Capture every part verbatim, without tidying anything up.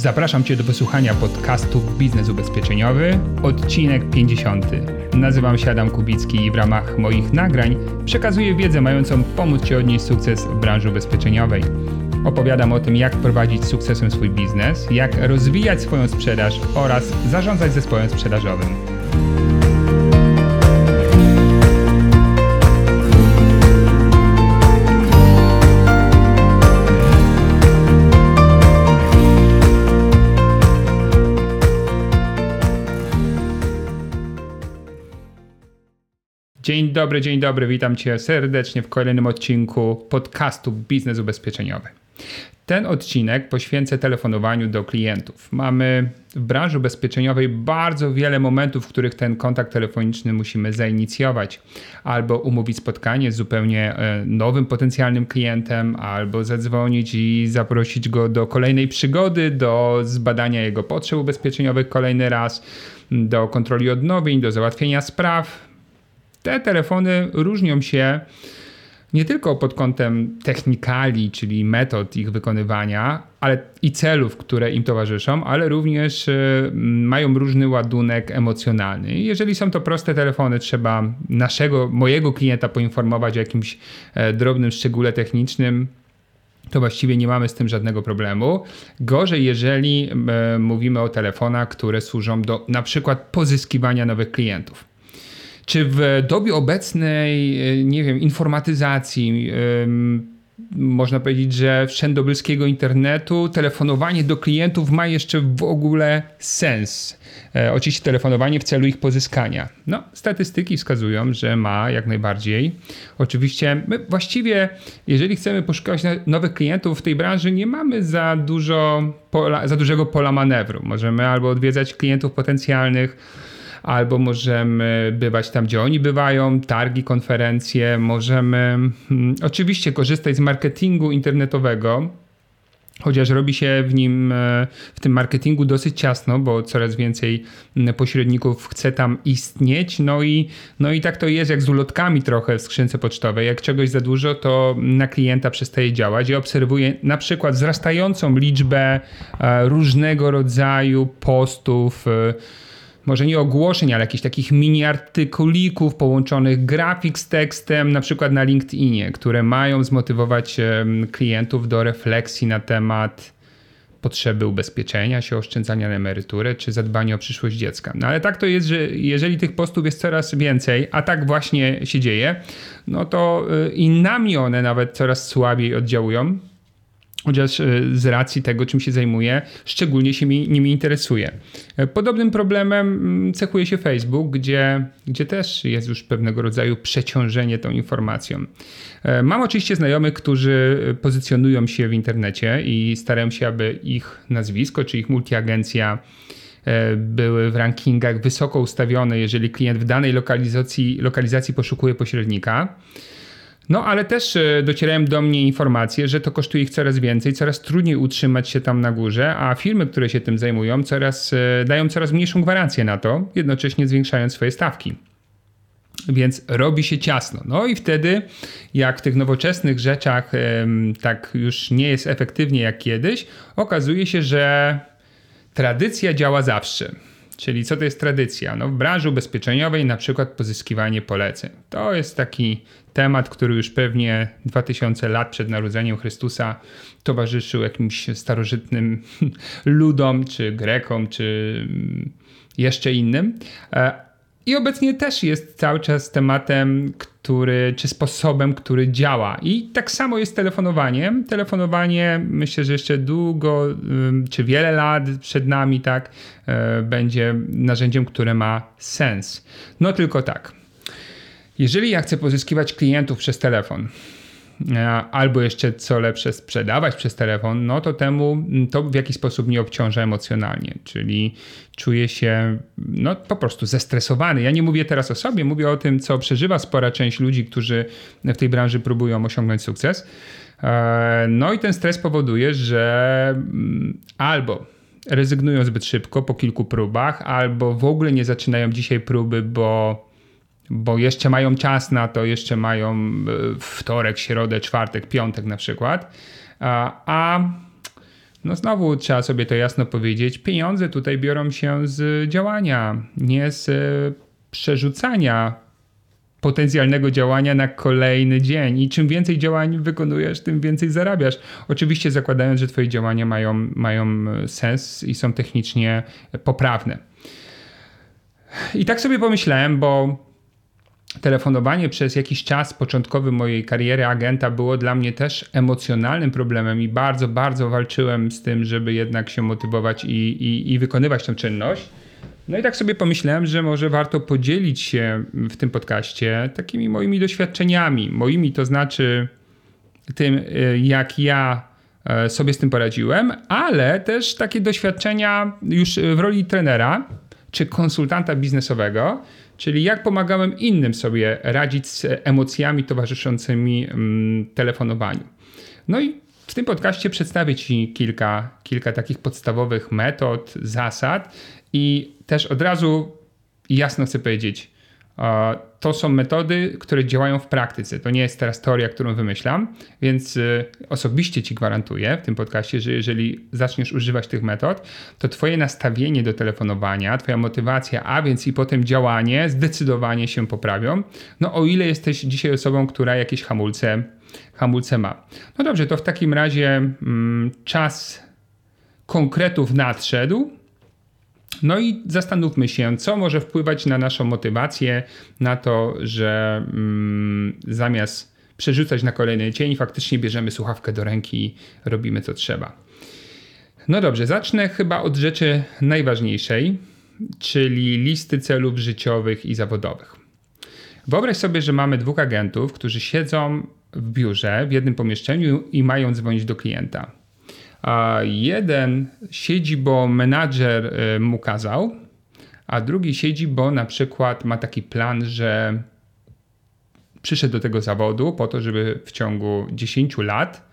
Zapraszam Cię do wysłuchania podcastu Biznes Ubezpieczeniowy, odcinek pięćdziesiąty. Nazywam się Adam Kubicki i w ramach moich nagrań przekazuję wiedzę mającą pomóc Ci odnieść sukces w branży ubezpieczeniowej. Opowiadam o tym, jak prowadzić z sukcesem swój biznes, jak rozwijać swoją sprzedaż oraz zarządzać zespołem sprzedażowym. Dzień dobry, dzień dobry, witam Cię serdecznie w kolejnym odcinku podcastu Biznes Ubezpieczeniowy. Ten odcinek poświęcę telefonowaniu do klientów. Mamy w branży ubezpieczeniowej bardzo wiele momentów, w których ten kontakt telefoniczny musimy zainicjować. Albo umówić spotkanie z zupełnie nowym potencjalnym klientem, albo zadzwonić i zaprosić go do kolejnej przygody, do zbadania jego potrzeb ubezpieczeniowych kolejny raz, do kontroli odnowień, do załatwienia spraw. Te telefony różnią się nie tylko pod kątem technikali, czyli metod ich wykonywania, ale i celów, które im towarzyszą, ale również mają różny ładunek emocjonalny. Jeżeli są to proste telefony, trzeba naszego, mojego klienta poinformować o jakimś drobnym szczególe technicznym, to właściwie nie mamy z tym żadnego problemu. Gorzej, jeżeli mówimy o telefonach, które służą do na przykład pozyskiwania nowych klientów. Czy w dobie obecnej, nie wiem, informatyzacji, yy, można powiedzieć, że wszędobylskiego internetu, telefonowanie do klientów ma jeszcze w ogóle sens? E, oczywiście telefonowanie w celu ich pozyskania. No, statystyki wskazują, że ma jak najbardziej. Oczywiście my właściwie, jeżeli chcemy poszukiwać nowych klientów w tej branży, nie mamy za dużo pola, za dużego pola manewru. Możemy albo odwiedzać klientów potencjalnych, albo możemy bywać tam, gdzie oni bywają, targi, konferencje, możemy hmm, oczywiście korzystać z marketingu internetowego, chociaż robi się w nim, w tym marketingu dosyć ciasno, bo coraz więcej pośredników chce tam istnieć, no i, no i tak to jest jak z ulotkami trochę w skrzynce pocztowej. Jak czegoś za dużo, to na klienta przestaje działać. Ja obserwuję na przykład wzrastającą liczbę różnego rodzaju postów, może nie ogłoszeń, ale jakichś takich mini artykulików połączonych grafik z tekstem, na przykład na LinkedInie, które mają zmotywować klientów do refleksji na temat potrzeby ubezpieczenia się, oszczędzania na emeryturę czy zadbania o przyszłość dziecka. No ale tak to jest, że jeżeli tych postów jest coraz więcej, a tak właśnie się dzieje, no to i na mnie one nawet coraz słabiej oddziałują. Chociaż z racji tego, czym się zajmuję, szczególnie się mi, nimi interesuję. Podobnym problemem cechuje się Facebook, gdzie, gdzie też jest już pewnego rodzaju przeciążenie tą informacją. Mam oczywiście znajomych, którzy pozycjonują się w internecie i starają się, aby ich nazwisko czy ich multiagencja były w rankingach wysoko ustawione, jeżeli klient w danej lokalizacji, lokalizacji poszukuje pośrednika. No, ale też docierają do mnie informacje, że to kosztuje ich coraz więcej, coraz trudniej utrzymać się tam na górze, a firmy, które się tym zajmują, coraz, dają coraz mniejszą gwarancję na to, jednocześnie zwiększając swoje stawki. Więc robi się ciasno. No i wtedy, jak w tych nowoczesnych rzeczach tak już nie jest efektywnie jak kiedyś, okazuje się, że tradycja działa zawsze. Czyli co to jest tradycja? No w branży ubezpieczeniowej na przykład pozyskiwanie poleceń. To jest taki temat, który już pewnie dwa tysiące lat przed narodzeniem Chrystusa towarzyszył jakimś starożytnym ludom, czy Grekom, czy jeszcze innym. I obecnie też jest cały czas tematem, który, czy sposobem, który działa. I tak samo jest telefonowaniem. Telefonowanie, myślę, że jeszcze długo, czy wiele lat przed nami, tak, będzie narzędziem, które ma sens. No tylko tak. Jeżeli ja chcę pozyskiwać klientów przez telefon, albo jeszcze co lepsze sprzedawać przez telefon, no to temu to w jakiś sposób mnie obciąża emocjonalnie, czyli czuję się no po prostu zestresowany. Ja nie mówię teraz o sobie, mówię o tym, co przeżywa spora część ludzi, którzy w tej branży próbują osiągnąć sukces. No i ten stres powoduje, że albo rezygnują zbyt szybko po kilku próbach, albo w ogóle nie zaczynają dzisiaj próby, bo bo jeszcze mają czas na to, jeszcze mają wtorek, środę, czwartek, piątek na przykład, a, a No znowu trzeba sobie to jasno powiedzieć, pieniądze tutaj biorą się z działania, nie z przerzucania potencjalnego działania na kolejny dzień i czym więcej działań wykonujesz, tym więcej zarabiasz. Oczywiście zakładając, że twoje działania mają, mają sens i są technicznie poprawne. I tak sobie pomyślałem, bo telefonowanie przez jakiś czas początkowy mojej kariery agenta było dla mnie też emocjonalnym problemem i bardzo, bardzo walczyłem z tym, żeby jednak się motywować i, i, i wykonywać tę czynność. No i tak sobie pomyślałem, że może warto podzielić się w tym podcaście takimi moimi doświadczeniami. Moimi to znaczy tym, jak ja sobie z tym poradziłem, ale też takie doświadczenia już w roli trenera czy konsultanta biznesowego, czyli jak pomagałem innym sobie radzić z emocjami towarzyszącymi telefonowaniu. No i w tym podcaście przedstawię Ci kilka, kilka takich podstawowych metod, zasad i też od razu jasno chcę powiedzieć, to są metody, które działają w praktyce. To nie jest teraz teoria, którą wymyślam, więc osobiście Ci gwarantuję w tym podcaście, że jeżeli zaczniesz używać tych metod, to Twoje nastawienie do telefonowania, Twoja motywacja, a więc i potem działanie zdecydowanie się poprawią. No o ile jesteś dzisiaj osobą, która jakieś hamulce, hamulce ma. No dobrze, to w takim razie mm, czas konkretów nadszedł. No i zastanówmy się, co może wpływać na naszą motywację, na to, że mm, zamiast przerzucać na kolejny dzień, faktycznie bierzemy słuchawkę do ręki i robimy co trzeba. No dobrze, zacznę chyba od rzeczy najważniejszej, czyli listy celów życiowych i zawodowych. Wyobraź sobie, że mamy dwóch agentów, którzy siedzą w biurze w jednym pomieszczeniu i mają dzwonić do klienta. A jeden siedzi, bo menadżer mu kazał, a drugi siedzi, bo na przykład ma taki plan, że przyszedł do tego zawodu po to, żeby w ciągu dziesięciu lat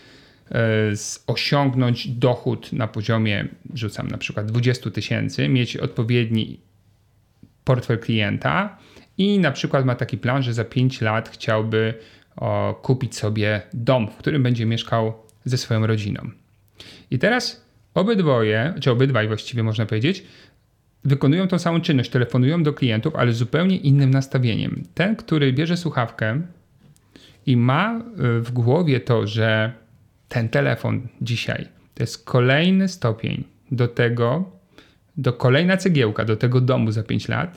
osiągnąć dochód na poziomie, rzucam na przykład dwadzieścia tysięcy, mieć odpowiedni portfel klienta i na przykład ma taki plan, że za pięć lat chciałby o, kupić sobie dom, w którym będzie mieszkał ze swoją rodziną. I teraz obydwoje, czy obydwaj właściwie można powiedzieć, wykonują tą samą czynność, telefonują do klientów, ale z zupełnie innym nastawieniem. Ten, który bierze słuchawkę i ma w głowie to, że ten telefon dzisiaj to jest kolejny stopień do tego, do kolejna cegiełka do tego domu za pięć lat,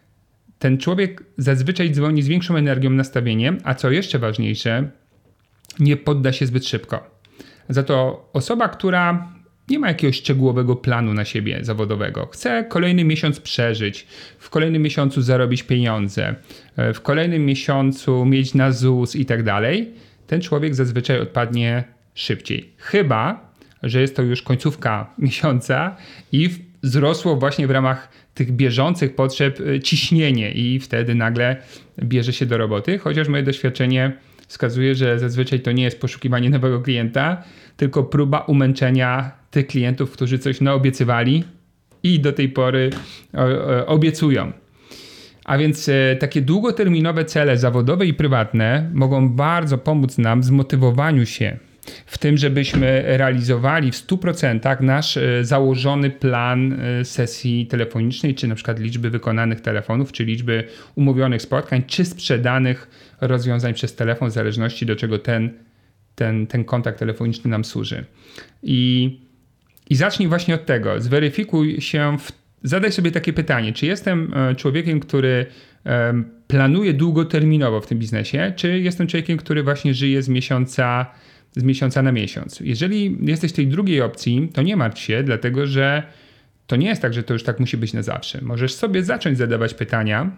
ten człowiek zazwyczaj dzwoni z większą energią, nastawieniem, a co jeszcze ważniejsze, nie podda się zbyt szybko. Za to osoba, która nie ma jakiegoś szczegółowego planu na siebie zawodowego, chce kolejny miesiąc przeżyć, w kolejnym miesiącu zarobić pieniądze, w kolejnym miesiącu mieć na Z U S i tak dalej, ten człowiek zazwyczaj odpadnie szybciej. Chyba że jest to już końcówka miesiąca i wzrosło właśnie w ramach tych bieżących potrzeb ciśnienie i wtedy nagle bierze się do roboty, chociaż moje doświadczenie wskazuje, że zazwyczaj to nie jest poszukiwanie nowego klienta, tylko próba umęczenia tych klientów, którzy coś naobiecywali i do tej pory obiecują. A więc takie długoterminowe cele zawodowe i prywatne mogą bardzo pomóc nam w zmotywowaniu się w tym, żebyśmy realizowali w stu procentach nasz założony plan sesji telefonicznej, czy na przykład liczby wykonanych telefonów, czy liczby umówionych spotkań, czy sprzedanych rozwiązań przez telefon, w zależności do czego ten, ten, ten kontakt telefoniczny nam służy. I, i zacznij właśnie od tego. Zweryfikuj się, w, zadaj sobie takie pytanie, czy jestem człowiekiem, który planuje długoterminowo w tym biznesie, czy jestem człowiekiem, który właśnie żyje z miesiąca z miesiąca na miesiąc. Jeżeli jesteś w tej drugiej opcji, to nie martw się, dlatego że to nie jest tak, że to już tak musi być na zawsze. Możesz sobie zacząć zadawać pytania,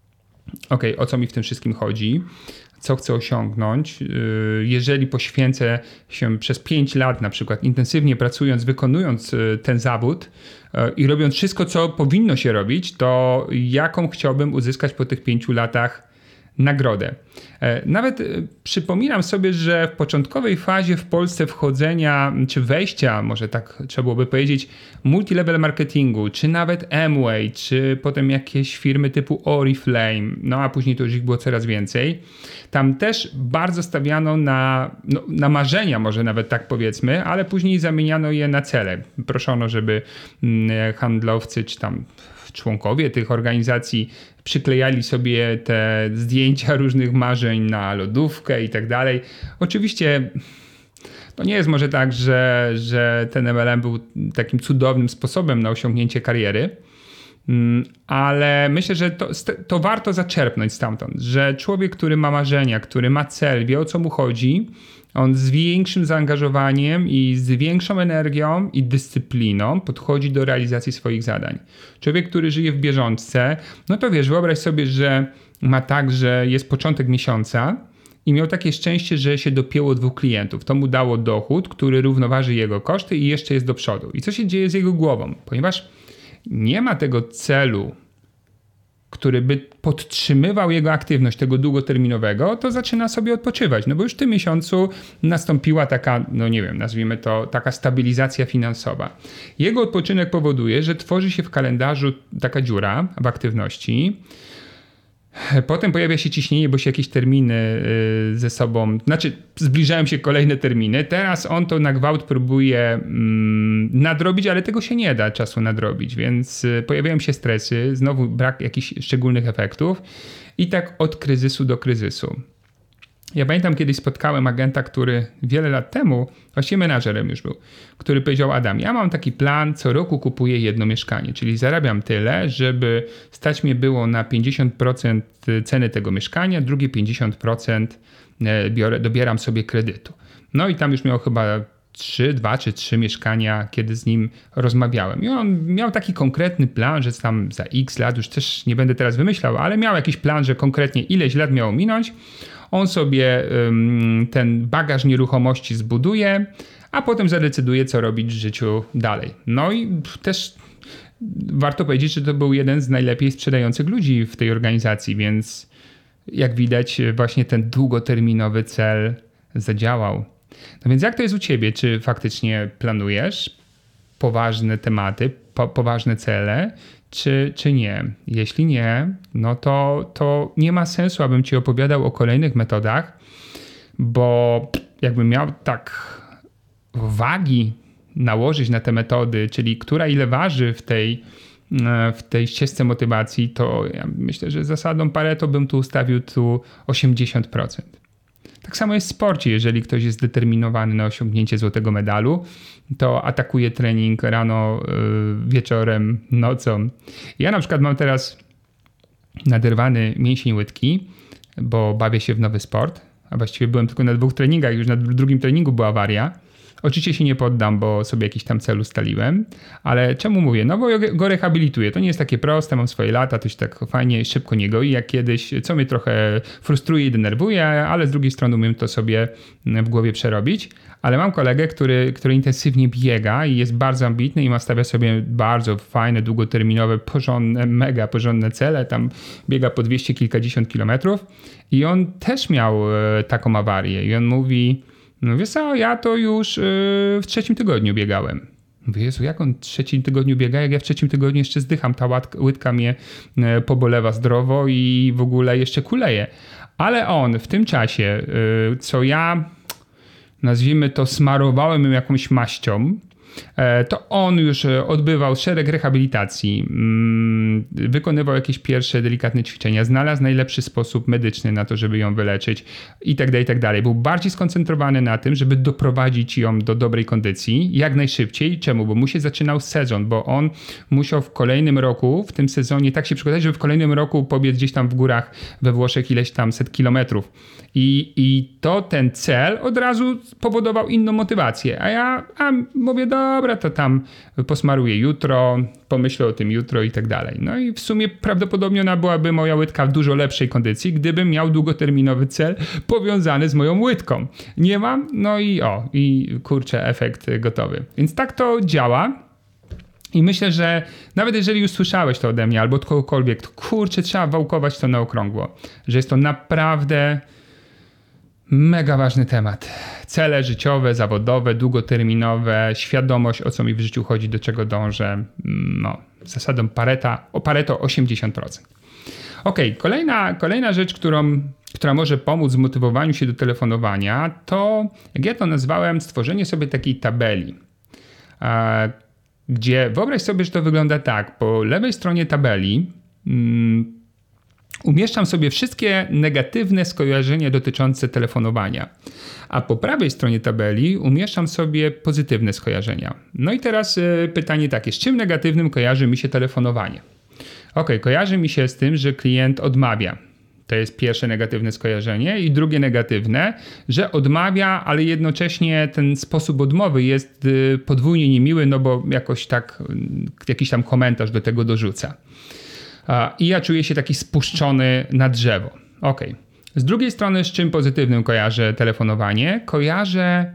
ok, o co mi w tym wszystkim chodzi, co chcę osiągnąć. Jeżeli poświęcę się przez pięć lat na przykład intensywnie pracując, wykonując ten zawód i robiąc wszystko, co powinno się robić, to jaką chciałbym uzyskać po tych pięciu latach nagrodę. Nawet przypominam sobie, że w początkowej fazie w Polsce wchodzenia, czy wejścia, może tak trzeba byłoby powiedzieć, multilevel marketingu, czy nawet Amway, czy potem jakieś firmy typu Oriflame, no a później to już ich było coraz więcej. Tam też bardzo stawiano na, no, na marzenia, może nawet tak powiedzmy, ale później zamieniano je na cele. Proszono, żeby handlowcy, czy tam członkowie tych organizacji przyklejali sobie te zdjęcia różnych marzeń na lodówkę i tak dalej. Oczywiście to nie jest może tak, że, że ten M L M był takim cudownym sposobem na osiągnięcie kariery, ale myślę, że to, to warto zaczerpnąć stamtąd, że człowiek, który ma marzenia, który ma cel, wie o co mu chodzi, on z większym zaangażowaniem i z większą energią i dyscypliną podchodzi do realizacji swoich zadań. Człowiek, który żyje w bieżączce, no to wiesz, wyobraź sobie, że ma tak, że jest początek miesiąca i miał takie szczęście, że się dopięło dwóch klientów. To mu dało dochód, który równoważy jego koszty i jeszcze jest do przodu. I co się dzieje z jego głową? Ponieważ nie ma tego celu, który by podtrzymywał jego aktywność tego długoterminowego, to zaczyna sobie odpoczywać. No bo już w tym miesiącu nastąpiła taka, no nie wiem, nazwijmy to taka stabilizacja finansowa. Jego odpoczynek powoduje, że tworzy się w kalendarzu taka dziura w aktywności. Potem pojawia się ciśnienie, bo się jakieś terminy ze sobą, znaczy zbliżają się kolejne terminy. Teraz on to na gwałt próbuje mm, nadrobić, ale tego się nie da czasu nadrobić, więc pojawiają się stresy, znowu brak jakichś szczególnych efektów i tak od kryzysu do kryzysu. Ja pamiętam, kiedyś spotkałem agenta, który wiele lat temu, właściwie menadżerem już był, który powiedział: Adam, ja mam taki plan, co roku kupuję jedno mieszkanie, czyli zarabiam tyle, żeby stać mnie było na pięćdziesiąt procent ceny tego mieszkania, drugie pięćdziesiąt procent biorę, dobieram sobie kredytu. No i tam już miał chyba trzy, dwa czy trzy mieszkania, kiedy z nim rozmawiałem. I on miał taki konkretny plan, że tam za x lat, już też nie będę teraz wymyślał, ale miał jakiś plan, że konkretnie ileś lat miało minąć. On sobie um, ten bagaż nieruchomości zbuduje, a potem zadecyduje, co robić w życiu dalej. No i też warto powiedzieć, że to był jeden z najlepiej sprzedających ludzi w tej organizacji, więc jak widać właśnie ten długoterminowy cel zadziałał. No więc jak to jest u ciebie? Czy faktycznie planujesz poważne tematy, po, poważne cele, czy, czy nie? Jeśli nie, no to, to nie ma sensu, abym ci opowiadał o kolejnych metodach, bo jakbym miał tak wagi nałożyć na te metody, czyli która ile waży w tej, w tej ścieżce motywacji, to ja myślę, że zasadą Pareto bym tu ustawił tu osiemdziesiąt procent. Tak samo jest w sporcie. Jeżeli ktoś jest zdeterminowany na osiągnięcie złotego medalu, to atakuje trening rano, wieczorem, nocą. Ja na przykład mam teraz naderwany mięsień łydki, bo bawię się w nowy sport, a właściwie byłem tylko na dwóch treningach, już na drugim treningu była awaria. Oczywiście się nie poddam, bo sobie jakiś tam cel ustaliłem, ale czemu mówię? No bo go rehabilituję. To nie jest takie proste, mam swoje lata, to się tak fajnie, szybko nie goi jak kiedyś, co mnie trochę frustruje i denerwuje, ale z drugiej strony umiem to sobie w głowie przerobić. Ale mam kolegę, który, który intensywnie biega i jest bardzo ambitny i ma stawia sobie bardzo fajne, długoterminowe, porządne, mega porządne cele. Tam biega po dwieście kilkadziesiąt kilometrów i on też miał taką awarię i on mówi: no wiesz co, ja to już yy, w trzecim tygodniu biegałem. Mówię: Jezu, jak on w trzecim tygodniu biega, jak ja w trzecim tygodniu jeszcze zdycham, ta łatka, łydka mnie yy, pobolewa zdrowo i w ogóle jeszcze kuleje. Ale on w tym czasie, yy, co ja, nazwijmy to, smarowałem ją jakąś maścią, to on już odbywał szereg rehabilitacji, wykonywał jakieś pierwsze delikatne ćwiczenia, znalazł najlepszy sposób medyczny na to, żeby ją wyleczyć i tak dalej, i tak dalej. Był bardziej skoncentrowany na tym, żeby doprowadzić ją do dobrej kondycji jak najszybciej. Czemu? Bo mu się zaczynał sezon, bo on musiał w kolejnym roku, w tym sezonie tak się przygotować, żeby w kolejnym roku pobiec gdzieś tam w górach we Włoszech ileś tam set kilometrów. I, i to ten cel od razu powodował inną motywację. A ja a mówię: dobra, to tam posmaruję jutro, pomyślę o tym jutro i tak dalej. No i w sumie prawdopodobnie ona byłaby moja łydka w dużo lepszej kondycji, gdybym miał długoterminowy cel powiązany z moją łydką. Nie mam, no i o, i kurczę, efekt gotowy. Więc tak to działa. I myślę, że nawet jeżeli już słyszałeś to ode mnie albo od kogokolwiek, to kurczę, trzeba wałkować to na okrągło, że jest to naprawdę mega ważny temat. Cele życiowe, zawodowe, długoterminowe, świadomość, o co mi w życiu chodzi, do czego dążę. No, zasadą Pareta, o Pareto osiemdziesiąt procent. Ok, kolejna, kolejna rzecz, którą, która może pomóc w zmotywowaniu się do telefonowania, to, jak ja to nazwałem, stworzenie sobie takiej tabeli. E, gdzie wyobraź sobie, że to wygląda tak. Po lewej stronie tabeli mm, umieszczam sobie wszystkie negatywne skojarzenia dotyczące telefonowania, a po prawej stronie tabeli umieszczam sobie pozytywne skojarzenia. No i teraz y, pytanie takie, z czym negatywnym kojarzy mi się telefonowanie? Ok, kojarzy mi się z tym, że klient odmawia. To jest pierwsze negatywne skojarzenie i drugie negatywne, że odmawia, ale jednocześnie ten sposób odmowy jest y, podwójnie niemiły, no bo jakoś tak y, jakiś tam komentarz do tego dorzuca. I ja czuję się taki spuszczony na drzewo. Ok. Z drugiej strony, z czym pozytywnym kojarzę telefonowanie? Kojarzę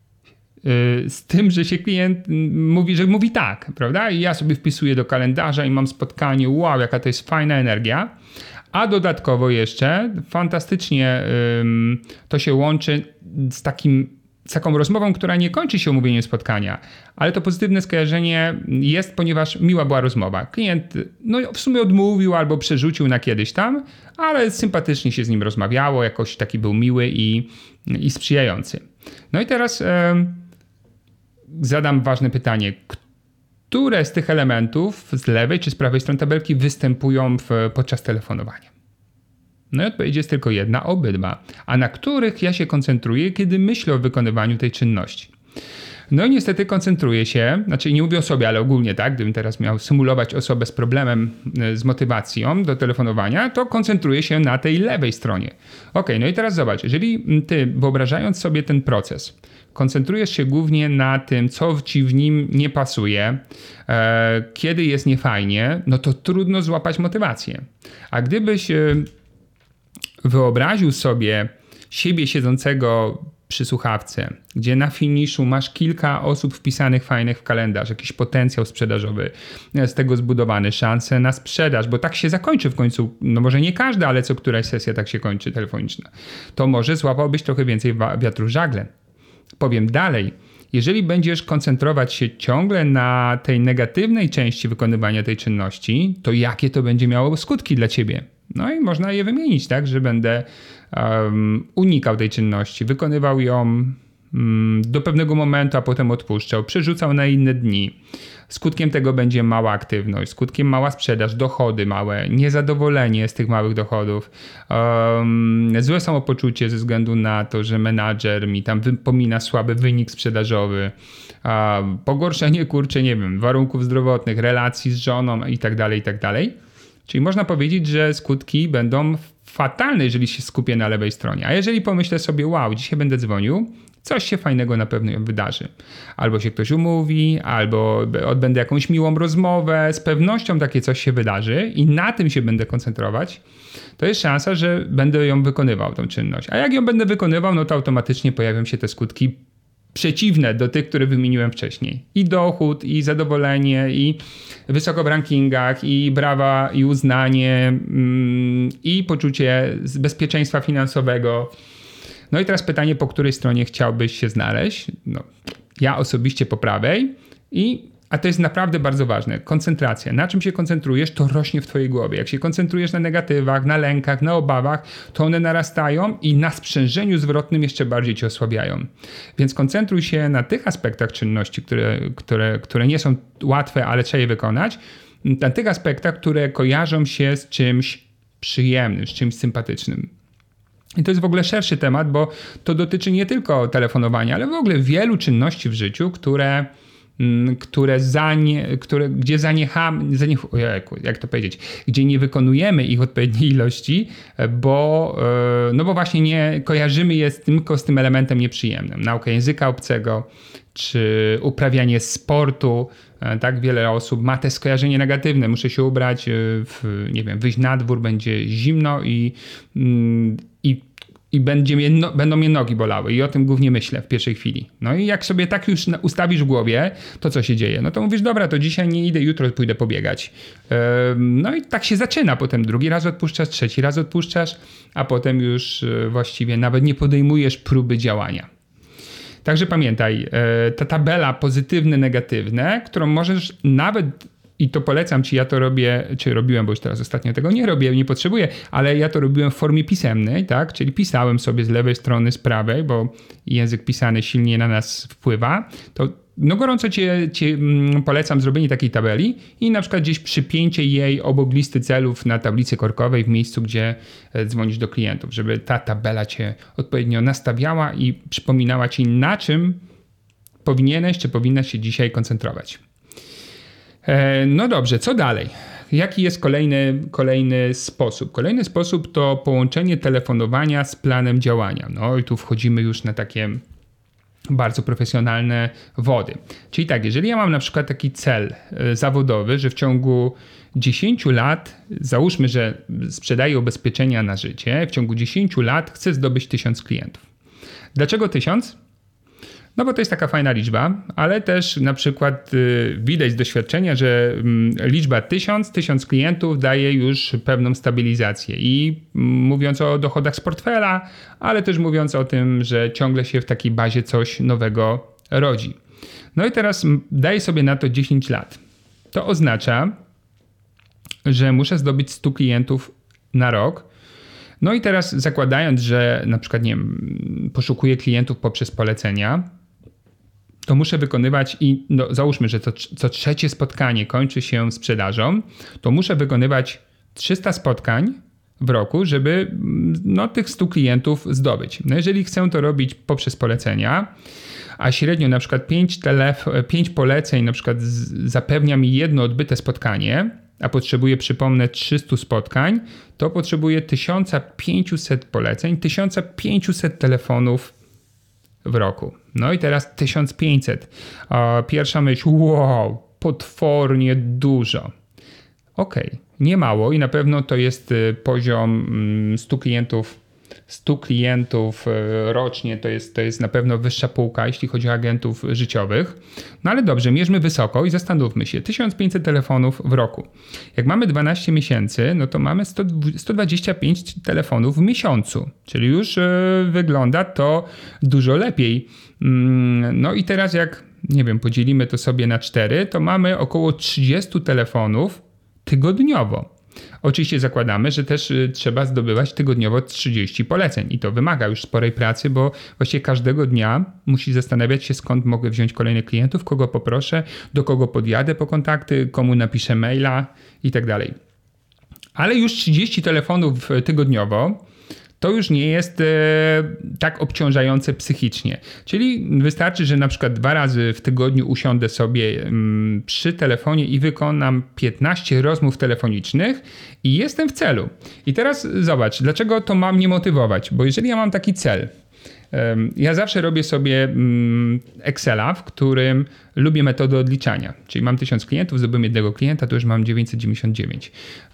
yy, z tym, że się klient mówi, że mówi tak, prawda? I ja sobie wpisuję do kalendarza i mam spotkanie, wow, jaka to jest fajna energia. A dodatkowo jeszcze fantastycznie yy, to się łączy z takim z taką rozmową, która nie kończy się umówieniem spotkania, ale to pozytywne skojarzenie jest, ponieważ miła była rozmowa. Klient no, w sumie odmówił albo przerzucił na kiedyś tam, ale sympatycznie się z nim rozmawiało, jakoś taki był miły i, i sprzyjający. No i teraz e, zadam ważne pytanie. Które z tych elementów z lewej czy z prawej strony tabelki występują w, podczas telefonowania? No i odpowiedź jest tylko jedna, obydwa. A na których ja się koncentruję, kiedy myślę o wykonywaniu tej czynności? No i niestety koncentruję się, znaczy nie mówię o sobie, ale ogólnie tak, gdybym teraz miał symulować osobę z problemem z motywacją do telefonowania, to koncentruję się na tej lewej stronie. Ok, no i teraz zobacz, jeżeli ty, wyobrażając sobie ten proces, koncentrujesz się głównie na tym, co ci w nim nie pasuje, e, kiedy jest niefajnie, no to trudno złapać motywację. A gdybyś e, wyobraził sobie siebie siedzącego przy słuchawce, gdzie na finiszu masz kilka osób wpisanych fajnych w kalendarz, jakiś potencjał sprzedażowy z tego zbudowany, szanse na sprzedaż, bo tak się zakończy w końcu, no może nie każda, ale co któraś sesja tak się kończy telefoniczna, to może złapałbyś trochę więcej wiatru w żagle. Powiem dalej, jeżeli będziesz koncentrować się ciągle na tej negatywnej części wykonywania tej czynności, to jakie to będzie miało skutki dla ciebie? No i można je wymienić, tak, że będę um, unikał tej czynności, wykonywał ją um, do pewnego momentu, a potem odpuszczał, przerzucał na inne dni. Skutkiem tego będzie mała aktywność, skutkiem mała sprzedaż, dochody małe, niezadowolenie z tych małych dochodów, um, złe samopoczucie ze względu na to, że menadżer mi tam wypomina słaby wynik sprzedażowy, um, pogorszenie, kurczę, nie wiem, warunków zdrowotnych, relacji z żoną i tak dalej, i tak dalej. Czyli można powiedzieć, że skutki będą fatalne, jeżeli się skupię na lewej stronie. A jeżeli pomyślę sobie, wow, dzisiaj będę dzwonił, coś się fajnego na pewno wydarzy. Albo się ktoś umówi, albo odbędę jakąś miłą rozmowę, z pewnością takie coś się wydarzy i na tym się będę koncentrować, to jest szansa, że będę ją wykonywał, tą czynność. A jak ją będę wykonywał, no to automatycznie pojawią się te skutki przeciwne do tych, które wymieniłem wcześniej. I dochód, i zadowolenie, i wysoko w rankingach, i brawa, i uznanie, mm, i poczucie bezpieczeństwa finansowego. No i teraz pytanie, po której stronie chciałbyś się znaleźć? No, ja osobiście po prawej, i, a to jest naprawdę bardzo ważne. Koncentracja. Na czym się koncentrujesz, to rośnie w twojej głowie. Jak się koncentrujesz na negatywach, na lękach, na obawach, to one narastają i na sprzężeniu zwrotnym jeszcze bardziej cię osłabiają. Więc koncentruj się na tych aspektach czynności, które, które, które nie są łatwe, ale trzeba je wykonać. Na tych aspektach, które kojarzą się z czymś przyjemnym, z czymś sympatycznym. I to jest w ogóle szerszy temat, bo to dotyczy nie tylko telefonowania, ale w ogóle wielu czynności w życiu, które, które, zanie, które gdzie zaniechamy, zaniech, ojejku, jak to powiedzieć, gdzie nie wykonujemy ich odpowiedniej ilości, bo, no bo właśnie nie kojarzymy je z, tylko z tym elementem nieprzyjemnym. Nauka języka obcego, czy uprawianie sportu. Tak, wiele osób ma te skojarzenie negatywne. Muszę się ubrać, w, nie wiem, wyjść na dwór, będzie zimno i, i, i będzie mnie, no, będą mnie nogi bolały i o tym głównie myślę w pierwszej chwili. No i jak sobie tak już ustawisz w głowie, to co się dzieje? No to mówisz, dobra, to dzisiaj nie idę, jutro pójdę pobiegać. Yy, no i tak się zaczyna. Potem drugi raz odpuszczasz, trzeci raz odpuszczasz, a potem już yy, właściwie nawet nie podejmujesz próby działania. Także pamiętaj, yy, ta tabela pozytywne, negatywne, którą możesz nawet, i to polecam ci, ja to robię, czy robiłem, bo już teraz ostatnio tego nie robię, nie potrzebuję, ale ja to robiłem w formie pisemnej, tak? Czyli pisałem sobie z lewej strony, z prawej, bo język pisany silnie na nas wpływa. To no gorąco cię, cię polecam zrobienie takiej tabeli i na przykład gdzieś przypięcie jej obok listy celów na tablicy korkowej w miejscu, gdzie dzwonisz do klientów, żeby ta tabela cię odpowiednio nastawiała i przypominała ci, na czym powinieneś, czy powinnaś się dzisiaj koncentrować. No dobrze, co dalej? Jaki jest kolejny, kolejny sposób? Kolejny sposób to połączenie telefonowania z planem działania. No i tu wchodzimy już na takie bardzo profesjonalne wody. Czyli tak, jeżeli ja mam na przykład taki cel zawodowy, że w ciągu dziesięć lat, załóżmy, że sprzedaję ubezpieczenia na życie, w ciągu dziesięć lat chcę zdobyć tysiąc klientów. Dlaczego tysiąc? No bo to jest taka fajna liczba, ale też na przykład y, widać z doświadczenia, że y, liczba tysiąc, tysiąc klientów daje już pewną stabilizację i y, mówiąc o dochodach z portfela, ale też mówiąc o tym, że ciągle się w takiej bazie coś nowego rodzi. No i teraz daję sobie na to dziesięć lat. To oznacza, że muszę zdobyć stu klientów na rok. No i teraz zakładając, że na przykład nie wiem, poszukuję klientów poprzez polecenia, to muszę wykonywać i no, załóżmy, że to co trzecie spotkanie kończy się sprzedażą, to muszę wykonywać trzysta spotkań w roku, żeby no, tych stu klientów zdobyć. No jeżeli chcę to robić poprzez polecenia, a średnio na przykład pięć, telef- pięć poleceń na przykład z- zapewnia mi jedno odbyte spotkanie, a potrzebuję, przypomnę, trzysta spotkań, to potrzebuję tysiąc pięćset poleceń, tysiąc pięćset telefonów w roku. No i teraz tysiąc pięćset. Pierwsza myśl, wow, potwornie dużo. Okej, okay, nie mało i na pewno to jest poziom stu klientów, stu klientów rocznie, to jest, to jest na pewno wyższa półka, jeśli chodzi o agentów życiowych. No ale dobrze, mierzmy wysoko i zastanówmy się. tysiąc pięćset telefonów w roku. Jak mamy dwanaście miesięcy, no to mamy sto, sto dwadzieścia pięć telefonów w miesiącu, czyli już yy, wygląda to dużo lepiej. Yy, no i teraz jak, nie wiem, podzielimy to sobie na cztery, to mamy około trzydzieści telefonów tygodniowo. Oczywiście zakładamy, że też trzeba zdobywać tygodniowo trzydzieści poleceń i to wymaga już sporej pracy, bo właściwie każdego dnia musi zastanawiać się, skąd mogę wziąć kolejnych klientów, kogo poproszę, do kogo podjadę po kontakty, komu napiszę maila i tak dalej. Ale już trzydzieści telefonów tygodniowo to już nie jest e, tak obciążające psychicznie. Czyli wystarczy, że na przykład dwa razy w tygodniu usiądę sobie m, przy telefonie i wykonam piętnaście rozmów telefonicznych i jestem w celu. I teraz zobacz, dlaczego to ma mnie motywować? Bo jeżeli ja mam taki cel, ja zawsze robię sobie Excela, w którym lubię metodę odliczania. Czyli mam tysiąc klientów, zdobyłem jednego klienta, to już mam dziewięćset dziewięćdziesiąt dziewięć.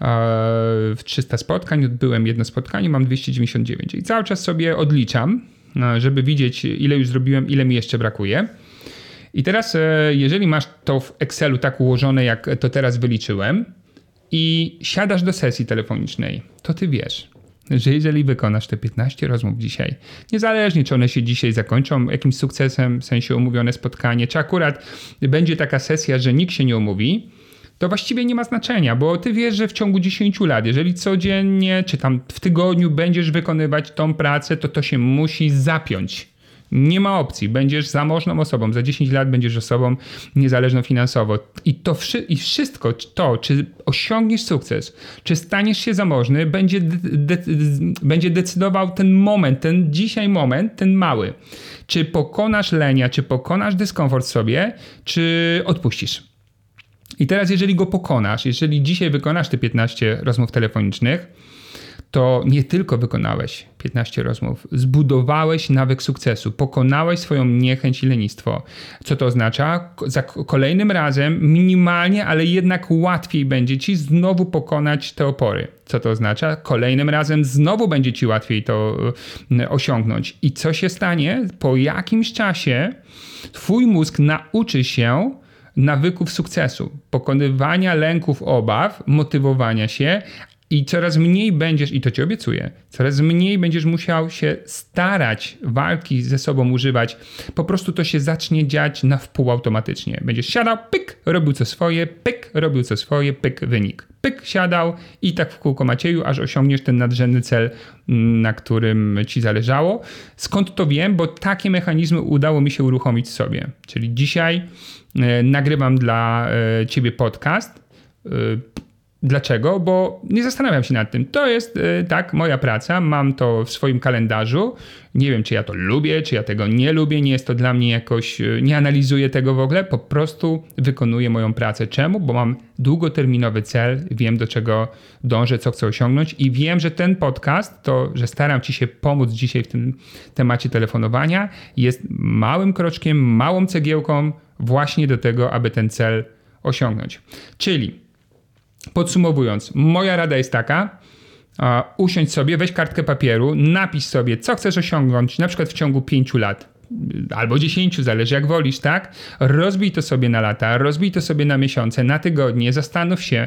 W trzysta spotkań odbyłem jedno spotkanie, mam dwieście dziewięćdziesiąt dziewięć. I cały czas sobie odliczam, żeby widzieć, ile już zrobiłem, ile mi jeszcze brakuje. I teraz, jeżeli masz to w Excelu tak ułożone, jak to teraz wyliczyłem i siadasz do sesji telefonicznej, to ty wiesz, że jeżeli wykonasz te piętnaście rozmów dzisiaj, niezależnie czy one się dzisiaj zakończą jakimś sukcesem, w sensie umówione spotkanie, czy akurat będzie taka sesja, że nikt się nie umówi, to właściwie nie ma znaczenia, bo ty wiesz, że w ciągu dziesięciu lat, jeżeli codziennie, czy tam w tygodniu będziesz wykonywać tą pracę, to to się musi zapiąć. Nie ma opcji. Będziesz zamożną osobą. Za dziesięć lat będziesz osobą niezależną finansowo. I to i wszystko to, czy osiągniesz sukces, czy staniesz się zamożny, będzie, de, de, będzie decydował ten moment, ten dzisiaj moment, ten mały. Czy pokonasz lenia, czy pokonasz dyskomfort sobie, czy odpuścisz. I teraz jeżeli go pokonasz, jeżeli dzisiaj wykonasz te piętnaście rozmów telefonicznych, to nie tylko wykonałeś piętnaście rozmów, zbudowałeś nawyk sukcesu, pokonałeś swoją niechęć i lenistwo. Co to oznacza? Za kolejnym razem minimalnie, ale jednak łatwiej będzie ci znowu pokonać te opory. Co to oznacza? Kolejnym razem znowu będzie ci łatwiej to osiągnąć. I co się stanie? Po jakimś czasie twój mózg nauczy się nawyków sukcesu, pokonywania lęków, obaw, motywowania się i coraz mniej będziesz, i to ci obiecuję, coraz mniej będziesz musiał się starać walki ze sobą używać. Po prostu to się zacznie dziać na wpół automatycznie. Będziesz siadał, pyk, robił co swoje, pyk, robił co swoje, pyk, wynik. Pyk, siadał i tak w kółko Macieju, aż osiągniesz ten nadrzędny cel, na którym ci zależało. Skąd to wiem? Bo takie mechanizmy udało mi się uruchomić sobie. Czyli dzisiaj e, nagrywam dla e, ciebie podcast. E, Dlaczego? Bo nie zastanawiam się nad tym. To jest yy, tak, moja praca, mam to w swoim kalendarzu. Nie wiem, czy ja to lubię, czy ja tego nie lubię, nie jest to dla mnie jakoś, yy, nie analizuję tego w ogóle, po prostu wykonuję moją pracę. Czemu? Bo mam długoterminowy cel, wiem do czego dążę, co chcę osiągnąć i wiem, że ten podcast, to, że staram ci się pomóc dzisiaj w tym temacie telefonowania, jest małym kroczkiem, małą cegiełką właśnie do tego, aby ten cel osiągnąć. Czyli podsumowując, moja rada jest taka, uh, usiądź sobie, weź kartkę papieru, napisz sobie, co chcesz osiągnąć, na przykład w ciągu pięciu lat, albo dziesięciu, zależy jak wolisz, tak? Rozbij to sobie na lata, rozbij to sobie na miesiące, na tygodnie, zastanów się,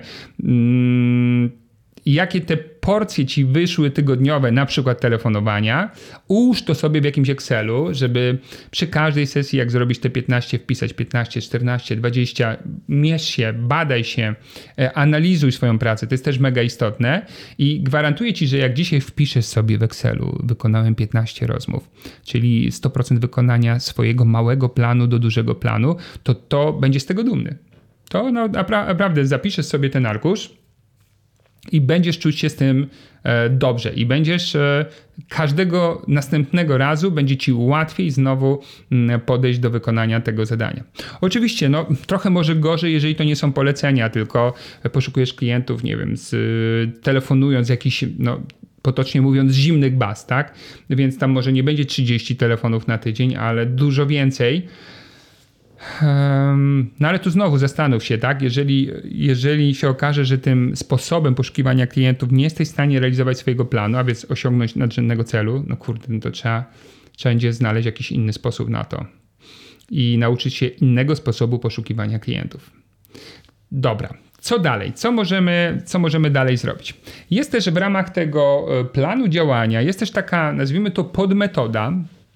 mm, jakie te porcje ci wyszły tygodniowe, na przykład telefonowania, ułóż to sobie w jakimś Excelu, żeby przy każdej sesji, jak zrobisz te piętnaście, wpisać piętnaście, czternaście, dwadzieścia, mierz się, badaj się, analizuj swoją pracę, to jest też mega istotne i gwarantuję ci, że jak dzisiaj wpiszesz sobie w Excelu, wykonałem piętnaście rozmów, czyli sto procent wykonania swojego małego planu do dużego planu, to to będzie z tego dumny. To no, naprawdę zapiszesz sobie ten arkusz, i będziesz czuć się z tym e, dobrze i będziesz e, każdego następnego razu będzie ci łatwiej znowu m, podejść do wykonania tego zadania. Oczywiście, no trochę może gorzej, jeżeli to nie są polecenia, tylko poszukujesz klientów, nie wiem, z, telefonując jakiś, no potocznie mówiąc, zimnych baz, tak? Więc tam może nie będzie trzydzieści telefonów na tydzień, ale dużo więcej. No ale tu znowu zastanów się, tak? Jeżeli, jeżeli się okaże, że tym sposobem poszukiwania klientów nie jesteś w stanie realizować swojego planu, a więc osiągnąć nadrzędnego celu, no kurde, no to trzeba, trzeba będzie znaleźć jakiś inny sposób na to i nauczyć się innego sposobu poszukiwania klientów. Dobra, co dalej? Co możemy, co możemy dalej zrobić? Jest też w ramach tego planu działania, jest też taka, nazwijmy to podmetoda,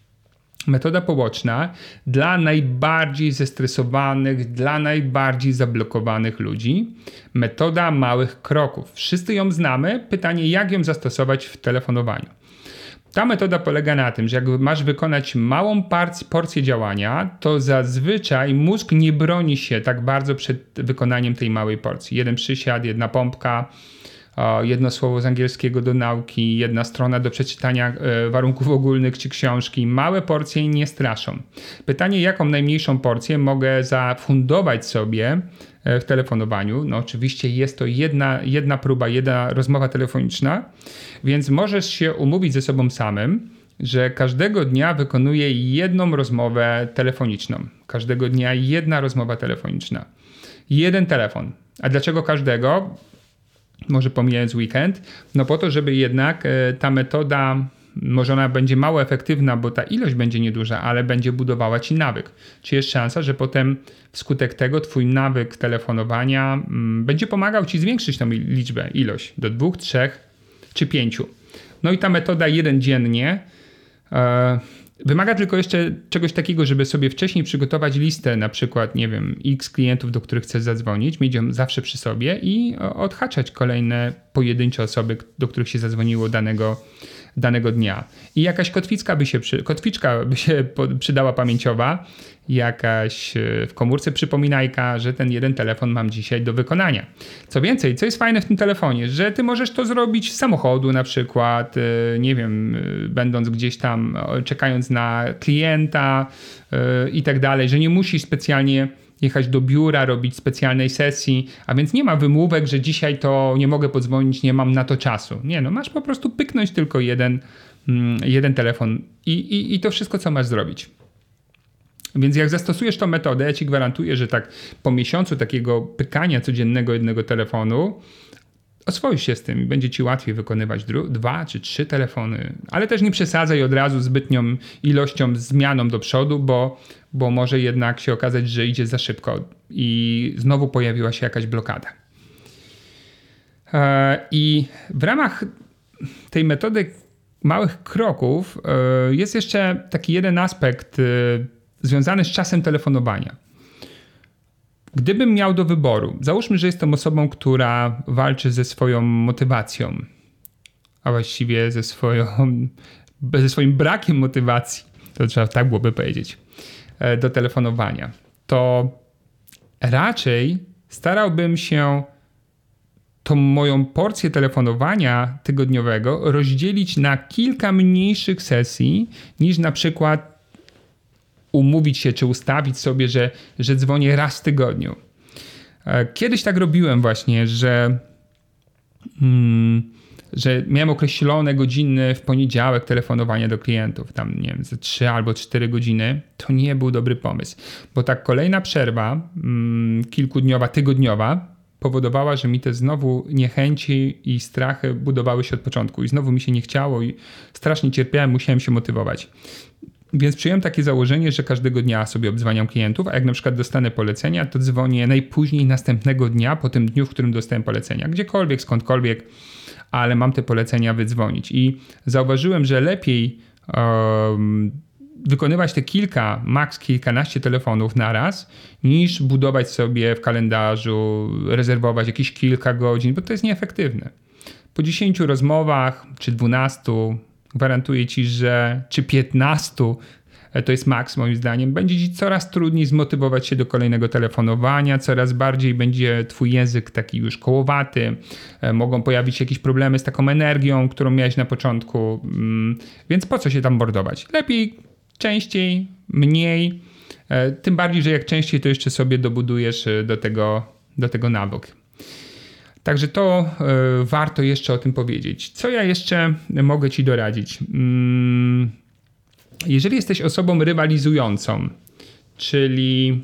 metoda poboczna dla najbardziej zestresowanych, dla najbardziej zablokowanych ludzi. Metoda małych kroków. Wszyscy ją znamy. Pytanie, jak ją zastosować w telefonowaniu. Ta metoda polega na tym, że jak masz wykonać małą porcję działania, to zazwyczaj mózg nie broni się tak bardzo przed wykonaniem tej małej porcji. Jeden przysiad, jedna pompka, jedno słowo z angielskiego do nauki, jedna strona do przeczytania warunków ogólnych czy książki. Małe porcje nie straszą. Pytanie, jaką najmniejszą porcję mogę zafundować sobie w telefonowaniu? No oczywiście jest to jedna, jedna próba, jedna rozmowa telefoniczna, więc możesz się umówić ze sobą samym, że każdego dnia wykonuję jedną rozmowę telefoniczną. Każdego dnia jedna rozmowa telefoniczna. Jeden telefon. A dlaczego każdego? Może pomijając weekend, no po to, żeby jednak ta metoda, może ona będzie mało efektywna, bo ta ilość będzie nieduża, ale będzie budowała ci nawyk. Czy jest szansa, że potem wskutek tego twój nawyk telefonowania mm, będzie pomagał ci zwiększyć tą liczbę, ilość do dwóch, trzech czy pięciu. No i ta metoda jeden dziennie e, wymaga tylko jeszcze czegoś takiego, żeby sobie wcześniej przygotować listę, na przykład, nie wiem, x klientów, do których chcesz zadzwonić, mieć ją zawsze przy sobie i odhaczać kolejne pojedyncze osoby, do których się zadzwoniło danego, danego dnia. I jakaś kotwicka by się, przy, kotwiczka by się przydała pamięciowa, jakaś w komórce przypominajka, że ten jeden telefon mam dzisiaj do wykonania. Co więcej, co jest fajne w tym telefonie, że ty możesz to zrobić z samochodu na przykład, nie wiem, będąc gdzieś tam, czekając na klienta i tak dalej, że nie musisz specjalnie jechać do biura, robić specjalnej sesji, a więc nie ma wymówek, że dzisiaj to nie mogę podzwonić, nie mam na to czasu. Nie, no masz po prostu pyknąć tylko jeden, jeden telefon i, i, i to wszystko, co masz zrobić. Więc jak zastosujesz tą metodę, ja ci gwarantuję, że tak po miesiącu takiego pykania codziennego jednego telefonu oswoisz się z tym i będzie ci łatwiej wykonywać dru- dwa czy trzy telefony, ale też nie przesadzaj od razu zbytnią ilością zmianą do przodu, bo, bo może jednak się okazać, że idzie za szybko i znowu pojawiła się jakaś blokada. I w ramach tej metody małych kroków jest jeszcze taki jeden aspekt związany z czasem telefonowania. Gdybym miał do wyboru, załóżmy, że jestem osobą, która walczy ze swoją motywacją, a właściwie ze, swoją, ze swoim brakiem motywacji, to trzeba tak byłoby powiedzieć, do telefonowania, to raczej starałbym się tą moją porcję telefonowania tygodniowego rozdzielić na kilka mniejszych sesji niż na przykład umówić się czy ustawić sobie, że, że dzwonię raz w tygodniu. Kiedyś tak robiłem właśnie, że, hmm, że miałem określone godziny w poniedziałek telefonowania do klientów, tam nie wiem, ze trzy albo cztery godziny. To nie był dobry pomysł, bo ta kolejna przerwa hmm, kilkudniowa, tygodniowa powodowała, że mi te znowu niechęci i strachy budowały się od początku i znowu mi się nie chciało i strasznie cierpiałem, musiałem się motywować. Więc przyjąłem takie założenie, że każdego dnia sobie obdzwaniam klientów, a jak na przykład dostanę polecenia, to dzwonię najpóźniej następnego dnia po tym dniu, w którym dostałem polecenia. Gdziekolwiek, skądkolwiek, ale mam te polecenia wydzwonić. I zauważyłem, że lepiej um, wykonywać te kilka, maks kilkanaście telefonów naraz, niż budować sobie w kalendarzu, rezerwować jakieś kilka godzin, bo to jest nieefektywne. Po dziesięciu rozmowach, czy dwunastu, gwarantuję ci, że czy piętnastu, to jest maks moim zdaniem, będzie ci coraz trudniej zmotywować się do kolejnego telefonowania, coraz bardziej będzie twój język taki już kołowaty, mogą pojawić się jakieś problemy z taką energią, którą miałeś na początku, więc po co się tam mordować? Lepiej częściej, mniej, tym bardziej, że jak częściej, to jeszcze sobie dobudujesz do tego, do tego nawyk. Także to y, warto jeszcze o tym powiedzieć. Co ja jeszcze mogę ci doradzić? Mm, jeżeli jesteś osobą rywalizującą, czyli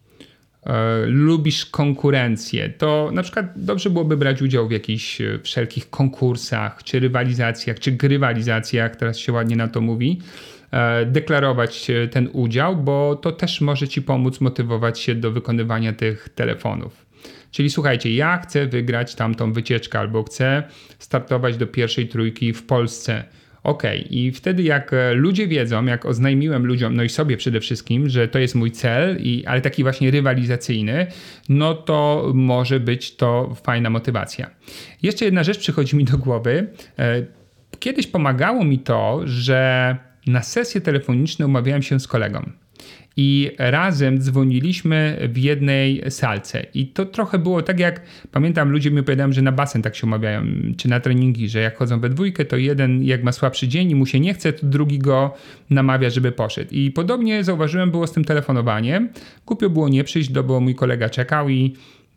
y, lubisz konkurencję, to na przykład dobrze byłoby brać udział w jakichś wszelkich konkursach, czy rywalizacjach, czy grywalizacjach, teraz się ładnie na to mówi, y, deklarować ten udział, bo to też może ci pomóc motywować się do wykonywania tych telefonów. Czyli słuchajcie, ja chcę wygrać tamtą wycieczkę albo chcę startować do pierwszej trójki w Polsce. Okej, okay. I wtedy jak ludzie wiedzą, jak oznajmiłem ludziom, no i sobie przede wszystkim, że to jest mój cel, i, ale taki właśnie rywalizacyjny, no to może być to fajna motywacja. Jeszcze jedna rzecz przychodzi mi do głowy. Kiedyś pomagało mi to, że na sesje telefoniczne umawiałem się z kolegą. I razem dzwoniliśmy w jednej salce. I to trochę było tak jak, pamiętam, ludzie mi opowiadają, że na basen tak się umawiają, czy na treningi, że jak chodzą we dwójkę, to jeden jak ma słabszy dzień i mu się nie chce, to drugi go namawia, żeby poszedł. I podobnie zauważyłem było z tym telefonowaniem. Głupio było nie przyjść, bo mój kolega czekał i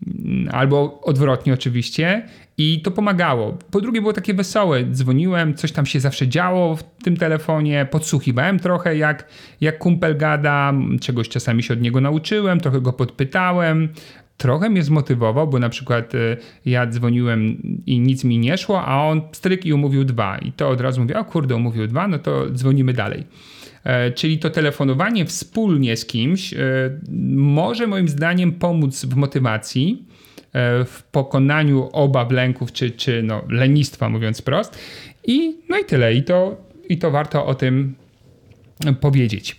albo odwrotnie oczywiście i to pomagało. Po drugie było takie wesołe, dzwoniłem, coś tam się zawsze działo w tym telefonie, podsłuchiwałem trochę jak, jak kumpel gada, czegoś czasami się od niego nauczyłem, trochę go podpytałem, trochę mnie zmotywował, bo na przykład ja dzwoniłem i nic mi nie szło, a on stryk i umówił dwa i to od razu mówię, o kurde, umówił dwa, no to dzwonimy dalej. Czyli to telefonowanie wspólnie z kimś może moim zdaniem pomóc w motywacji, w pokonaniu obaw, lęków czy, czy no, lenistwa, mówiąc prost. I, no i tyle. I to, i to warto o tym powiedzieć.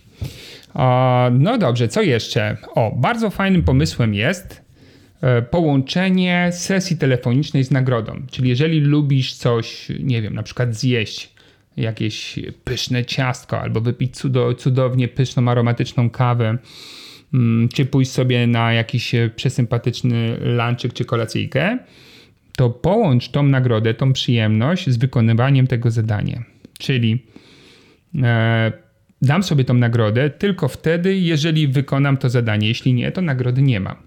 No dobrze, co jeszcze? O, bardzo fajnym pomysłem jest połączenie sesji telefonicznej z nagrodą. Czyli jeżeli lubisz coś, nie wiem, na przykład zjeść, jakieś pyszne ciastko albo wypić cudo, cudownie pyszną, aromatyczną kawę, czy pójść sobie na jakiś przesympatyczny lunchik czy kolacyjkę, to połącz tą nagrodę, tą przyjemność z wykonywaniem tego zadania. Czyli e, dam sobie tą nagrodę tylko wtedy, jeżeli wykonam to zadanie. Jeśli nie, to nagrody nie ma.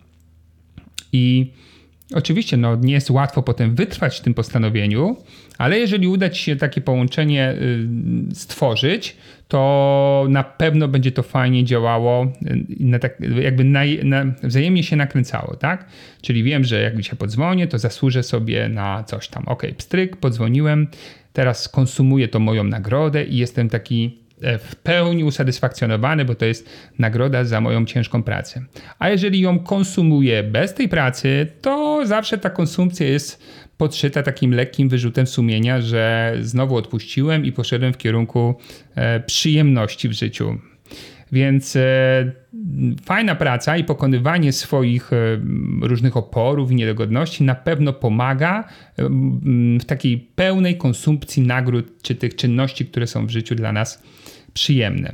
I oczywiście no, nie jest łatwo potem wytrwać w tym postanowieniu, ale jeżeli uda ci się takie połączenie y, stworzyć, to na pewno będzie to fajnie działało, na tak, jakby na, na, wzajemnie się nakręcało, tak? Czyli wiem, że jak dzisiaj podzwonię, to zasłużę sobie na coś tam. Ok, pstryk, podzwoniłem, teraz konsumuję tą moją nagrodę i jestem taki w pełni usatysfakcjonowany, bo to jest nagroda za moją ciężką pracę. A jeżeli ją konsumuję bez tej pracy, to zawsze ta konsumpcja jest podszyta takim lekkim wyrzutem sumienia, że znowu odpuściłem i poszedłem w kierunku e, przyjemności w życiu. Więc e, fajna praca i pokonywanie swoich e, różnych oporów i niedogodności na pewno pomaga e, w takiej pełnej konsumpcji nagród czy tych czynności, które są w życiu dla nas przyjemne.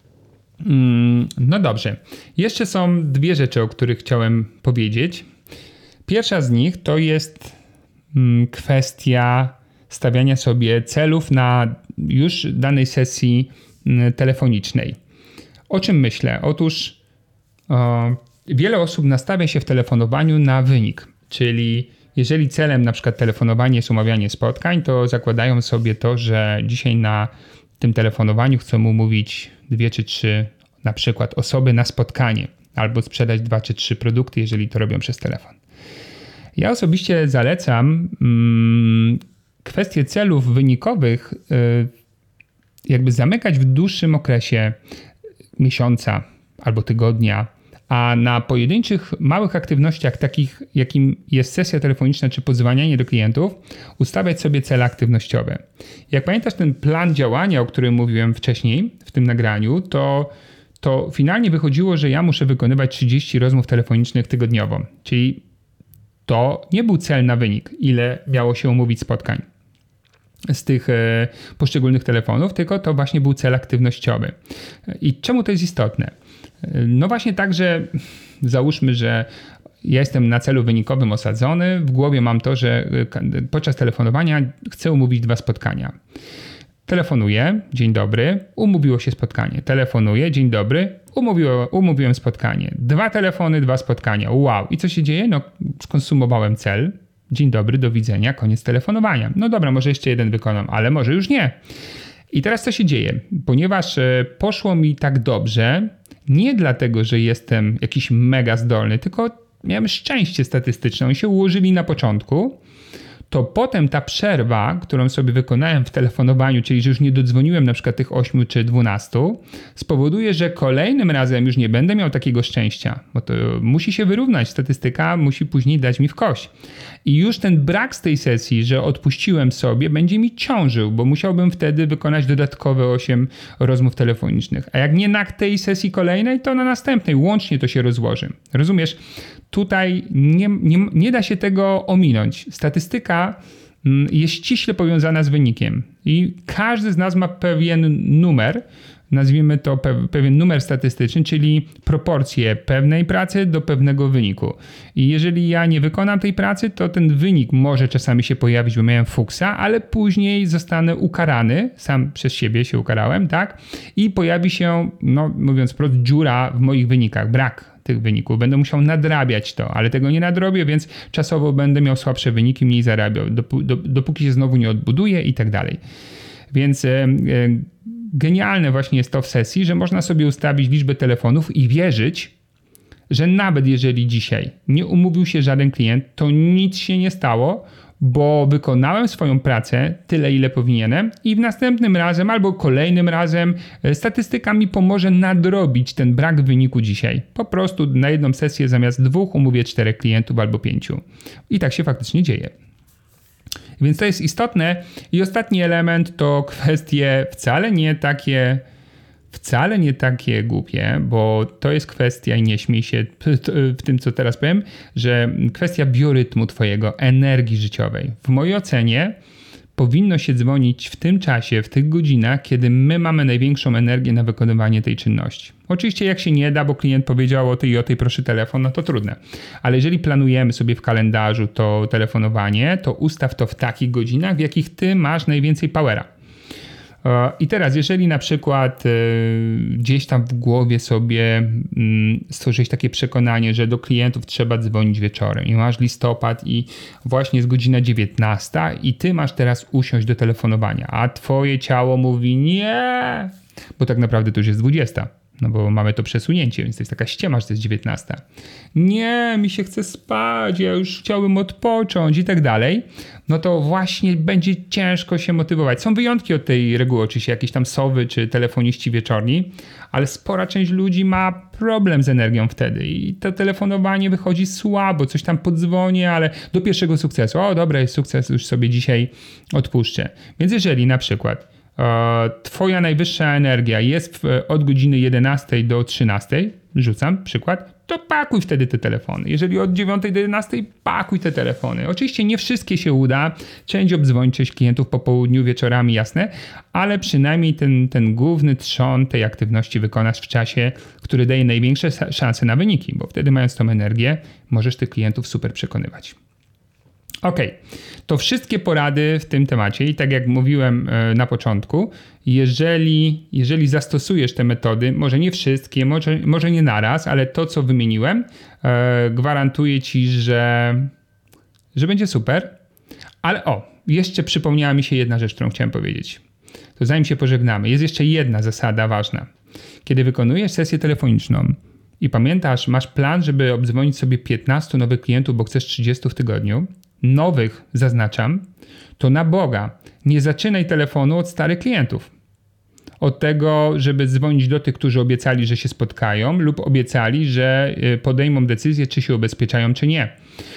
Mm, no dobrze. Jeszcze są dwie rzeczy, o których chciałem powiedzieć. Pierwsza z nich to jest mm, kwestia stawiania sobie celów na już danej sesji mm, telefonicznej. O czym myślę? Otóż o, wiele osób nastawia się w telefonowaniu na wynik, czyli jeżeli celem na przykład telefonowanie jest umawianie spotkań, to zakładają sobie to, że dzisiaj na tym telefonowaniu chcą umówić dwie czy trzy na przykład osoby na spotkanie albo sprzedać dwa czy trzy produkty, jeżeli to robią przez telefon. Ja osobiście zalecam mm, kwestię celów wynikowych y, jakby zamykać w dłuższym okresie miesiąca albo tygodnia, a na pojedynczych małych aktywnościach takich jakim jest sesja telefoniczna czy podzwanianie do klientów ustawiać sobie cele aktywnościowe. Jak pamiętasz ten plan działania, o którym mówiłem wcześniej w tym nagraniu, to, to finalnie wychodziło, że ja muszę wykonywać trzydzieści rozmów telefonicznych tygodniowo, czyli to nie był cel na wynik, ile miało się umówić spotkań z tych e, poszczególnych telefonów, tylko to właśnie był cel aktywnościowy. I czemu to jest istotne? No właśnie tak, że załóżmy, że ja jestem na celu wynikowym osadzony, w głowie mam to, że podczas telefonowania chcę umówić dwa spotkania. Telefonuję, dzień dobry, umówiło się spotkanie. Telefonuję, dzień dobry, umówiło, umówiłem spotkanie. Dwa telefony, dwa spotkania. Wow. I co się dzieje? No skonsumowałem cel. Dzień dobry, do widzenia, koniec telefonowania. No dobra, może jeszcze jeden wykonam, ale może już nie. I teraz co się dzieje? Ponieważ poszło mi tak dobrze, nie dlatego, że jestem jakiś mega zdolny, tylko miałem szczęście statystyczne. Oni się ułożyli na początku, to potem ta przerwa, którą sobie wykonałem w telefonowaniu, czyli że już nie dodzwoniłem na przykład tych ośmiu czy dwunastu, spowoduje, że kolejnym razem już nie będę miał takiego szczęścia, bo to musi się wyrównać. Statystyka musi później dać mi w kość. I już ten brak z tej sesji, że odpuściłem sobie, będzie mi ciążył, bo musiałbym wtedy wykonać dodatkowe osiem rozmów telefonicznych. A jak nie na tej sesji kolejnej, to na następnej. Łącznie to się rozłoży. Rozumiesz? Tutaj nie, nie, nie da się tego ominąć. Statystyka jest ściśle powiązana z wynikiem i każdy z nas ma pewien numer, nazwijmy to pe- pewien numer statystyczny, czyli proporcje pewnej pracy do pewnego wyniku. I jeżeli ja nie wykonam tej pracy, to ten wynik może czasami się pojawić, bo miałem fuksa, ale później zostanę ukarany, sam przez siebie się ukarałem, tak? I pojawi się, no mówiąc wprost, dziura w moich wynikach, brak tych wyników. Będę musiał nadrabiać to, ale tego nie nadrobię, więc czasowo będę miał słabsze wyniki, mniej zarabiał, dopó- dopóki się znowu nie odbuduję i tak dalej. Więc e, e, genialne właśnie jest to w sesji, że można sobie ustawić liczbę telefonów i wierzyć, że nawet jeżeli dzisiaj nie umówił się żaden klient, to nic się nie stało, bo wykonałem swoją pracę tyle, ile powinienem i w następnym razem albo kolejnym razem statystyka mi pomoże nadrobić ten brak wyniku dzisiaj. Po prostu na jedną sesję zamiast dwóch umówię czterech klientów albo pięciu. I tak się faktycznie dzieje. Więc to jest istotne. I ostatni element to kwestie wcale nie takie, wcale nie takie głupie, bo to jest kwestia, i nie śmiej się w tym, co teraz powiem, że kwestia biorytmu twojego, energii życiowej. W mojej ocenie powinno się dzwonić w tym czasie, w tych godzinach, kiedy my mamy największą energię na wykonywanie tej czynności. Oczywiście jak się nie da, bo klient powiedział o tej i o tej proszę telefon, no to trudne. Ale jeżeli planujemy sobie w kalendarzu to telefonowanie, to ustaw to w takich godzinach, w jakich ty masz najwięcej powera. I teraz, jeżeli na przykład gdzieś tam w głowie sobie stworzyłeś takie przekonanie, że do klientów trzeba dzwonić wieczorem i masz listopad i właśnie jest godzina dziewiętnasta i ty masz teraz usiąść do telefonowania, a twoje ciało mówi nie, bo tak naprawdę to już jest dwudziesta. No bo mamy to przesunięcie, więc to jest taka ściema, że to jest dziewiętnasta. Nie, mi się chce spać, ja już chciałbym odpocząć i tak dalej. No to właśnie będzie ciężko się motywować. Są wyjątki od tej reguły, oczywiście jakieś tam sowy czy telefoniści wieczorni, ale spora część ludzi ma problem z energią wtedy i to telefonowanie wychodzi słabo, coś tam podzwonię, ale do pierwszego sukcesu. O, dobra, jest sukces, już sobie dzisiaj odpuszczę. Więc jeżeli na przykład twoja najwyższa energia jest w, od godziny jedenastej do trzynastej, rzucam przykład, to pakuj wtedy te telefony. Jeżeli od dziewiątej do jedenastej, pakuj te telefony. Oczywiście nie wszystkie się uda, część obdzwonić część klientów po południu, wieczorami, jasne, ale przynajmniej ten, ten główny trzon tej aktywności wykonasz w czasie, który daje największe szanse na wyniki, bo wtedy mając tą energię, możesz tych klientów super przekonywać. Ok, to wszystkie porady w tym temacie i tak jak mówiłem na początku, jeżeli, jeżeli zastosujesz te metody, może nie wszystkie, może, może nie naraz, ale to co wymieniłem, e, gwarantuję ci, że, że będzie super. Ale o, jeszcze przypomniała mi się jedna rzecz, którą chciałem powiedzieć. To zanim się pożegnamy, jest jeszcze jedna zasada ważna. Kiedy wykonujesz sesję telefoniczną i pamiętasz, masz plan, żeby obdzwonić sobie piętnastu nowych klientów, bo chcesz trzydziestu w tygodniu, nowych zaznaczam, to na Boga nie zaczynaj telefonu od starych klientów. Od tego, żeby dzwonić do tych, którzy obiecali, że się spotkają lub obiecali, że podejmą decyzję, czy się ubezpieczają, czy nie.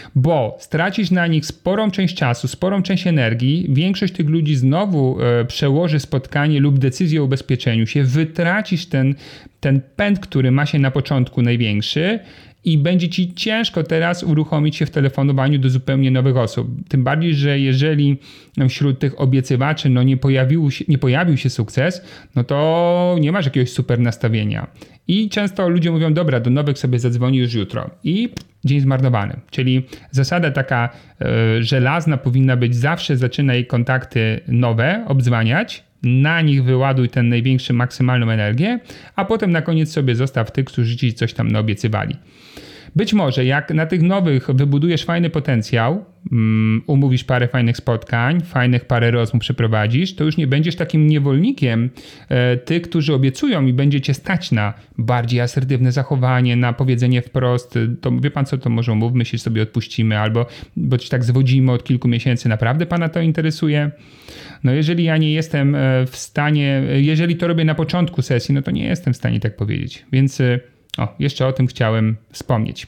Bo stracisz na nich sporą część czasu, sporą część energii, większość tych ludzi znowu e, przełoży spotkanie lub decyzję o ubezpieczeniu się, wytracisz ten, ten pęd, który ma się na początku największy, i będzie ci ciężko teraz uruchomić się w telefonowaniu do zupełnie nowych osób. Tym bardziej, że jeżeli wśród tych obiecywaczy no nie, pojawił się, nie pojawił się sukces, no to nie masz jakiegoś super nastawienia. I często ludzie mówią, dobra, do nowych sobie zadzwoni już jutro. I dzień zmarnowany. Czyli zasada taka e, żelazna powinna być zawsze zaczynaj kontakty nowe, obdzwaniać, na nich wyładuj ten największy, maksymalną energię, a potem na koniec sobie zostaw tych, którzy ci coś tam naobiecywali. Być może jak na tych nowych wybudujesz fajny potencjał, um, umówisz parę fajnych spotkań, fajnych parę rozmów przeprowadzisz, to już nie będziesz takim niewolnikiem e, tych, którzy obiecują i będzie cię stać na bardziej asertywne zachowanie, na powiedzenie wprost, to wie pan co, to może umówmy się, sobie odpuścimy, albo bo ci tak zwodzimy od kilku miesięcy, naprawdę pana to interesuje? No jeżeli ja nie jestem w stanie, jeżeli to robię na początku sesji, no to nie jestem w stanie tak powiedzieć, więc o, jeszcze o tym chciałem wspomnieć.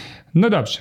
No dobrze.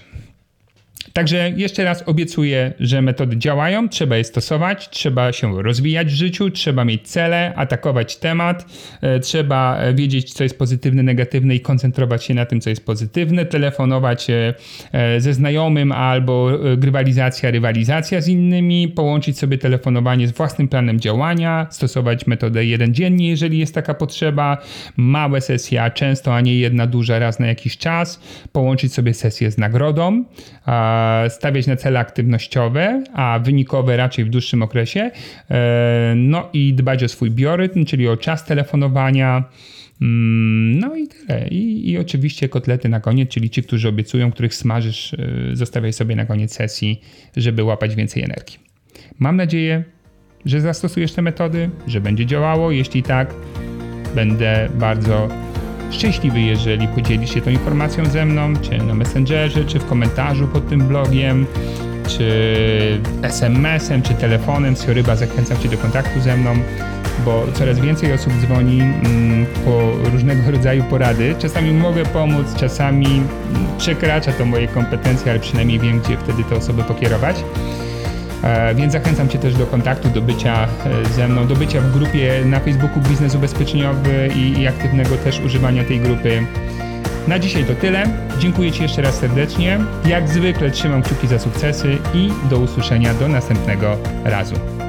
Także jeszcze raz obiecuję, że metody działają, trzeba je stosować, trzeba się rozwijać w życiu, trzeba mieć cele, atakować temat, e, trzeba wiedzieć, co jest pozytywne, negatywne i koncentrować się na tym, co jest pozytywne, telefonować e, ze znajomym albo e, grywalizacja, rywalizacja z innymi, połączyć sobie telefonowanie z własnym planem działania, stosować metodę jeden dziennie, jeżeli jest taka potrzeba, małe sesje, a często, a nie jedna duża raz na jakiś czas, połączyć sobie sesję z nagrodą, a stawiać na cele aktywnościowe, a wynikowe raczej w dłuższym okresie, no i dbać o swój biorytm, czyli o czas telefonowania, no i tyle. I, i oczywiście kotlety na koniec, czyli ci, którzy obiecują, których smażysz, zostawiaj sobie na koniec sesji, żeby łapać więcej energii. Mam nadzieję, że zastosujesz te metody, że będzie działało. Jeśli tak, będę bardzo szczęśliwy, jeżeli podzielisz się tą informacją ze mną, czy na Messengerze, czy w komentarzu pod tym blogiem, czy es em esem, czy telefonem. Sioryba, zachęcam cię do kontaktu ze mną, bo coraz więcej osób dzwoni mm, po różnego rodzaju porady. Czasami mogę pomóc, czasami przekracza to moje kompetencje, ale przynajmniej wiem, gdzie wtedy te osoby pokierować. Więc zachęcam cię też do kontaktu, do bycia ze mną, do bycia w grupie na Facebooku Biznes Ubezpieczeniowy i, i aktywnego też używania tej grupy. Na dzisiaj to tyle. Dziękuję ci jeszcze raz serdecznie. Jak zwykle trzymam kciuki za sukcesy i do usłyszenia do następnego razu.